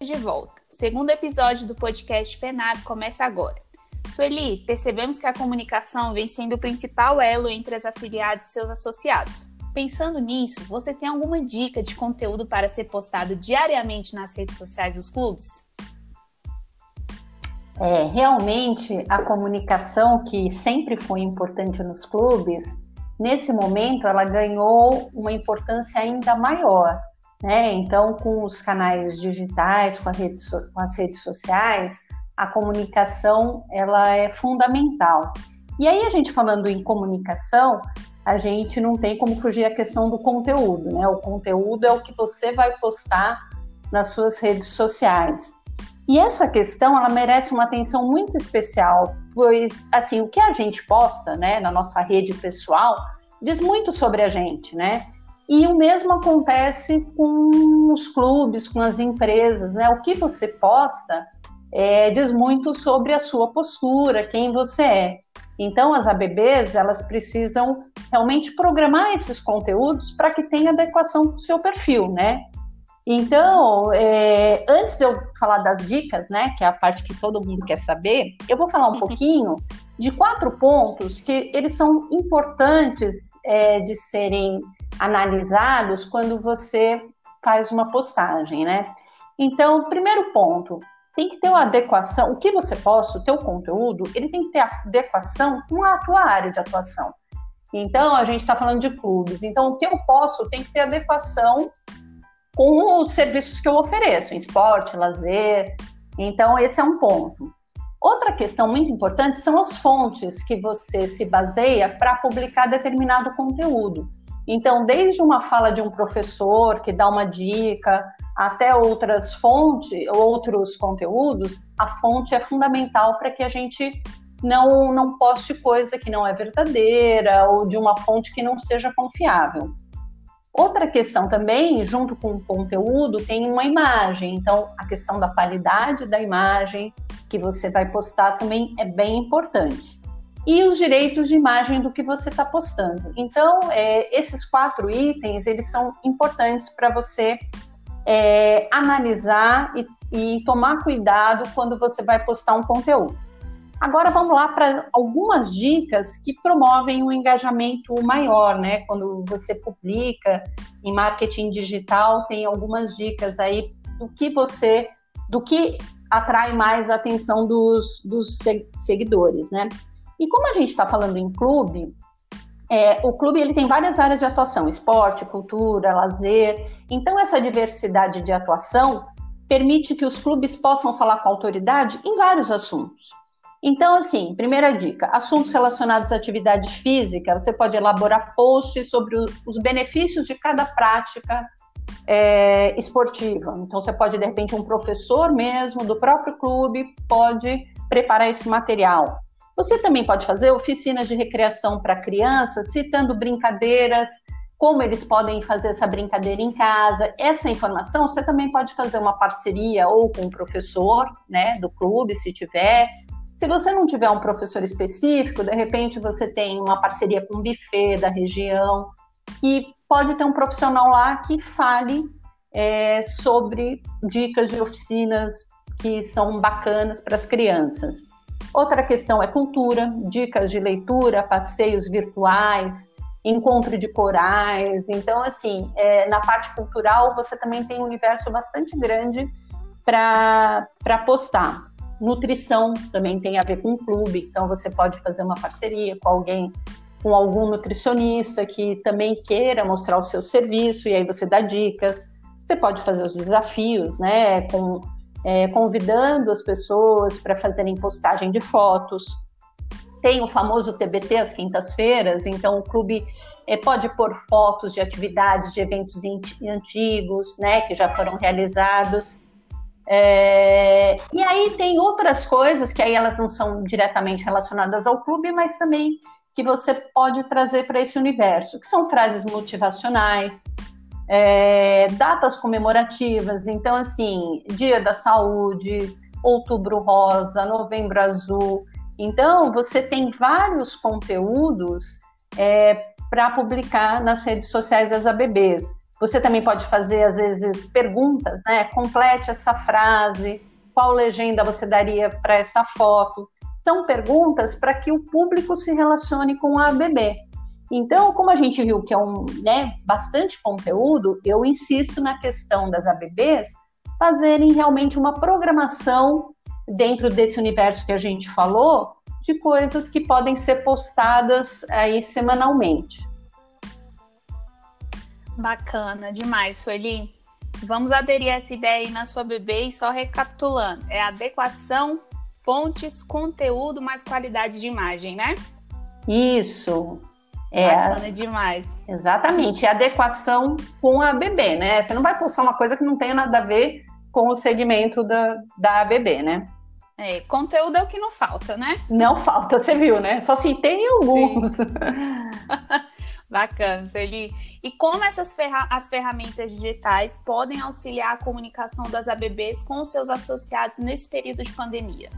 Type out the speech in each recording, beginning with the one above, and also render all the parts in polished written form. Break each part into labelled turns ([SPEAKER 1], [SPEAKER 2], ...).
[SPEAKER 1] de volta. O segundo episódio do podcast FENAB começa agora. Sueli, percebemos que a comunicação vem sendo o principal elo entre as afiliadas e seus associados. Pensando nisso, você tem alguma dica de conteúdo para ser postado diariamente nas redes sociais dos clubes?
[SPEAKER 2] Realmente a comunicação, que sempre foi importante nos clubes, nesse momento ela ganhou uma importância ainda maior, né? Então, com os canais digitais, com as redes sociais, a comunicação ela é fundamental. E aí, a gente falando em comunicação, a gente não tem como fugir a questão do conteúdo, né? O conteúdo é o que você vai postar nas suas redes sociais. E essa questão, ela merece uma atenção muito especial, pois, assim, o que a gente posta, né, na nossa rede pessoal, diz muito sobre a gente, né? E o mesmo acontece com os clubes, com as empresas, né? O que você posta diz muito sobre a sua postura, quem você é. Então, as ABBs, elas precisam realmente programar esses conteúdos para que tenha adequação com o seu perfil, né? Então, antes de eu falar das dicas, né, que é a parte que todo mundo quer saber, eu vou falar um pouquinho de 4 pontos que eles são importantes de serem analisados quando você faz uma postagem, né? Então, primeiro ponto, tem que ter uma adequação, o que você posta, o teu conteúdo, ele tem que ter adequação com a tua área de atuação. Então, a gente está falando de clubes, então o que eu posto tem que ter adequação com os serviços que eu ofereço, em esporte, lazer. Então, esse é um ponto. Outra questão muito importante são as fontes que você se baseia para publicar determinado conteúdo. Então, desde uma fala de um professor que dá uma dica, até outras fontes, outros conteúdos, a fonte é fundamental para que a gente não poste coisa que não é verdadeira ou de uma fonte que não seja confiável. Outra questão também, junto com o conteúdo, tem uma imagem. Então, a questão da qualidade da imagem que você vai postar também é bem importante. E os direitos de imagem do que você está postando. Então, esses 4 itens, eles são importantes para você analisar e tomar cuidado quando você vai postar um conteúdo. Agora vamos lá para algumas dicas que promovem um engajamento maior, né? Quando você publica em marketing digital, tem algumas dicas aí do que atrai mais a atenção dos seguidores, né? E como a gente está falando em clube, o clube ele tem várias áreas de atuação, esporte, cultura, lazer. Então essa diversidade de atuação permite que os clubes possam falar com autoridade em vários assuntos. Então, assim, primeira dica, assuntos relacionados à atividade física, você pode elaborar posts sobre os benefícios de cada prática esportiva. Então, você pode, de repente, um professor mesmo do próprio clube pode preparar esse material. Você também pode fazer oficinas de recreação para crianças, citando brincadeiras, como eles podem fazer essa brincadeira em casa. Essa informação, você também pode fazer uma parceria ou com o professor, né, do clube, se tiver. Se você não tiver um professor específico, de repente você tem uma parceria com um buffet da região e pode ter um profissional lá que fale sobre dicas de oficinas que são bacanas para as crianças. Outra questão é cultura, dicas de leitura, passeios virtuais, encontro de corais. Então, assim, na parte cultural você também tem um universo bastante grande para postar. Nutrição também tem a ver com o clube, então você pode fazer uma parceria com algum nutricionista que também queira mostrar o seu serviço, e aí você dá dicas. Você pode fazer os desafios, né, convidando as pessoas para fazerem postagem de fotos. Tem o famoso TBT às quintas-feiras, então o clube pode pôr fotos de atividades, de eventos antigos, né, que já foram realizados. E aí tem outras coisas que aí elas não são diretamente relacionadas ao clube, mas também que você pode trazer para esse universo, que são frases motivacionais, datas comemorativas. Então, assim, Dia da Saúde, Outubro Rosa, Novembro Azul. Então, você tem vários conteúdos para publicar nas redes sociais das ABBs. Você também pode fazer, às vezes, perguntas, né? Complete essa frase, qual legenda você daria para essa foto? São perguntas para que o público se relacione com a ABB. Então, como a gente viu que é bastante conteúdo, eu insisto na questão das ABBs fazerem realmente uma programação dentro desse universo que a gente falou, de coisas que podem ser postadas aí semanalmente.
[SPEAKER 1] Bacana demais, Sueli. Vamos aderir a essa ideia aí na sua ABB e só recapitulando. É adequação, fontes, conteúdo, mais qualidade de imagem, né?
[SPEAKER 2] Isso.
[SPEAKER 1] Bacana demais.
[SPEAKER 2] Exatamente, é adequação com a ABB, né? Você não vai postar uma coisa que não tenha nada a ver com o segmento da ABB, né?
[SPEAKER 1] Conteúdo é o que não falta, né?
[SPEAKER 2] Não falta, você viu, né? Só citei alguns.
[SPEAKER 1] Bacana, Sueli. E como as ferramentas digitais podem auxiliar a comunicação das ABBs com os seus associados nesse período de pandemia?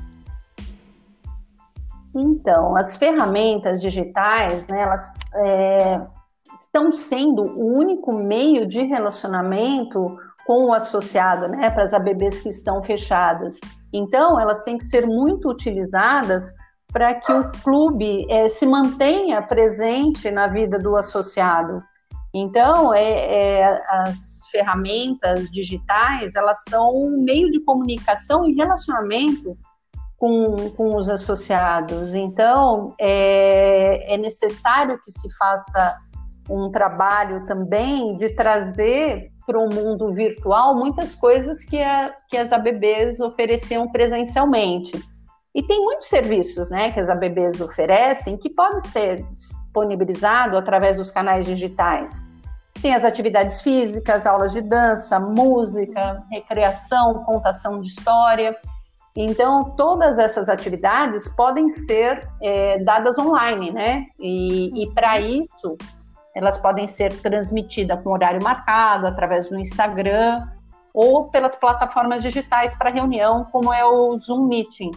[SPEAKER 2] Então, as ferramentas digitais, né, elas estão sendo o único meio de relacionamento com o associado, né, para as ABBs que estão fechadas. Então, elas têm que ser muito utilizadas para que o clube se mantenha presente na vida do associado. Então, as ferramentas digitais, elas são um meio de comunicação e relacionamento com os associados. Então, é necessário que se faça um trabalho também de trazer para o mundo virtual muitas coisas que as ABBs ofereciam presencialmente. E tem muitos serviços, né, que as ABBs oferecem que podem ser disponibilizados através dos canais digitais. Tem as atividades físicas, aulas de dança, música, recreação, contação de história. Então, todas essas atividades podem ser dadas online, né? E para isso, elas podem ser transmitidas com horário marcado, através do Instagram, ou pelas plataformas digitais para reunião, como é o Zoom Meeting.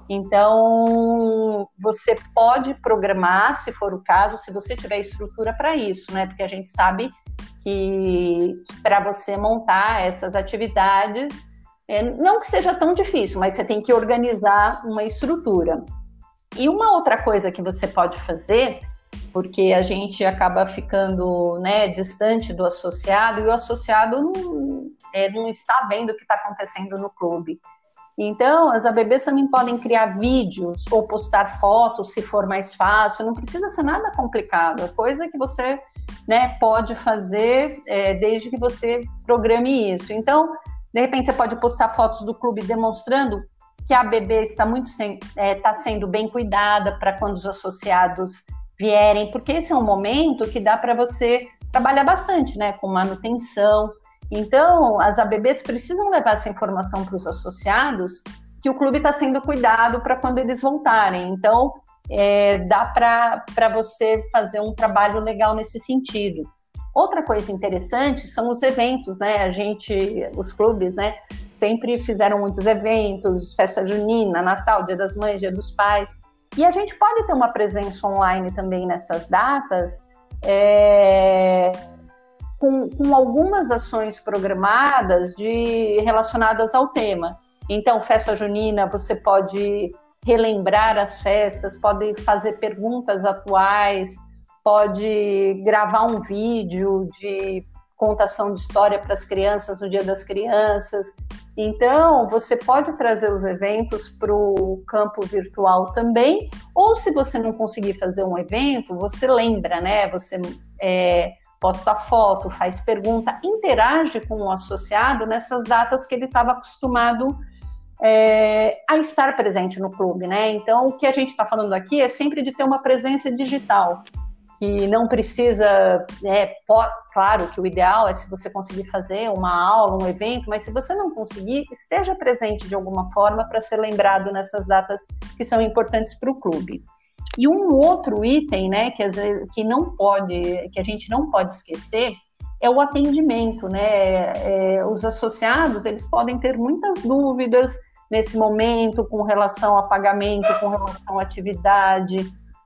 [SPEAKER 2] Então, você pode programar, se for o caso, se você tiver estrutura para isso, né? Porque a gente sabe que para você montar essas atividades, não que seja tão difícil, mas você tem que organizar uma estrutura. E uma outra coisa que você pode fazer, porque a gente acaba ficando, né, distante do associado, e o associado não está vendo o que está acontecendo no clube. Então, as ABBs também podem criar vídeos ou postar fotos, se for mais fácil. Não precisa ser nada complicado. É coisa que você, né, pode fazer desde que você programe isso. Então, de repente, você pode postar fotos do clube demonstrando que a ABB está sendo bem cuidada para quando os associados vierem, porque esse é um momento que dá para você trabalhar bastante, né, com manutenção. Então, as ABBs precisam levar essa informação para os associados que o clube está sendo cuidado para quando eles voltarem. Então, dá para você fazer um trabalho legal nesse sentido. Outra coisa interessante são os eventos, né? Os clubes, né, sempre fizeram muitos eventos, festa junina, Natal, Dia das Mães, Dia dos Pais. E a gente pode ter uma presença online também nessas datas, com algumas ações programadas relacionadas ao tema. Então, festa junina, você pode relembrar as festas, pode fazer perguntas atuais, pode gravar um vídeo de contação de história para as crianças no Dia das Crianças. Então, você pode trazer os eventos para o campo virtual também, ou se você não conseguir fazer um evento, você lembra, né? Você posta foto, faz pergunta, interage com o associado nessas datas que ele estava acostumado a estar presente no clube, né? Então, o que a gente está falando aqui é sempre de ter uma presença digital, que não precisa, claro que o ideal é se você conseguir fazer uma aula, um evento, mas se você não conseguir, esteja presente de alguma forma para ser lembrado nessas datas que são importantes para o clube. E um outro item, né, que a gente não pode esquecer, é o atendimento, né? Os associados, eles podem ter muitas dúvidas nesse momento com relação a pagamento, com relação à atividade,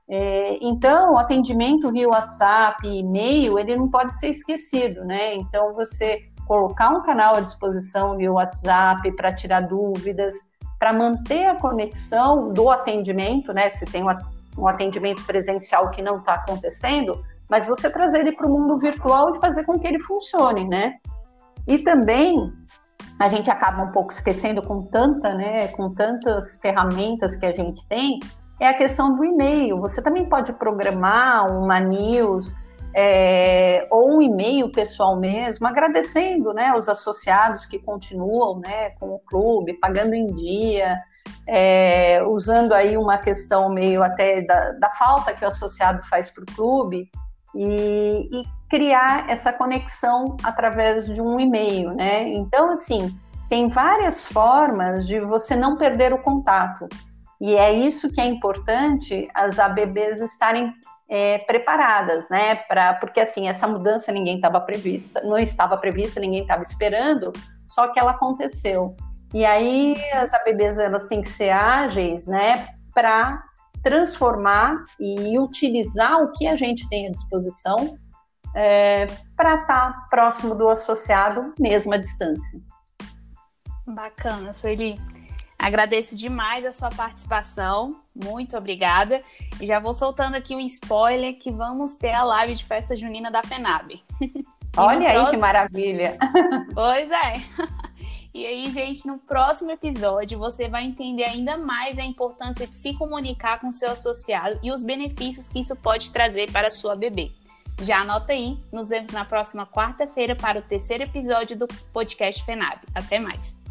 [SPEAKER 2] Então, o atendimento via WhatsApp e e-mail, ele não pode ser esquecido, né? Então, você colocar um canal à disposição via WhatsApp para tirar dúvidas, para manter a conexão do atendimento, né? Se tem um atendimento presencial que não está acontecendo, mas você trazer ele para o mundo virtual e fazer com que ele funcione, né? E também a gente acaba um pouco esquecendo com tantas ferramentas que a gente tem, é a questão do e-mail. Você também pode programar uma news ou um e-mail pessoal mesmo, agradecendo, né, os associados que continuam, né, com o clube, pagando em dia, usando aí uma questão meio até da falta que o associado faz para o clube, e criar essa conexão através de um e-mail, né? Então, assim, tem várias formas de você não perder o contato. E é isso que é importante as ABBs estarem preparadas, né? Porque, assim, essa mudança não estava prevista, ninguém estava esperando, só que ela aconteceu. E aí as ABBs, elas têm que ser ágeis, né? Para transformar e utilizar o que a gente tem à disposição para estar próximo do associado, mesmo à distância.
[SPEAKER 1] Bacana, Sueli. Agradeço demais a sua participação, muito obrigada. E já vou soltando aqui um spoiler que vamos ter a live de festa junina da FENAB.
[SPEAKER 2] Olha aí que maravilha!
[SPEAKER 1] Pois é! E aí, gente, no próximo episódio você vai entender ainda mais a importância de se comunicar com seu associado e os benefícios que isso pode trazer para a sua ABB. Já anota aí, nos vemos na próxima quarta-feira para o terceiro episódio do podcast FENAB. Até mais!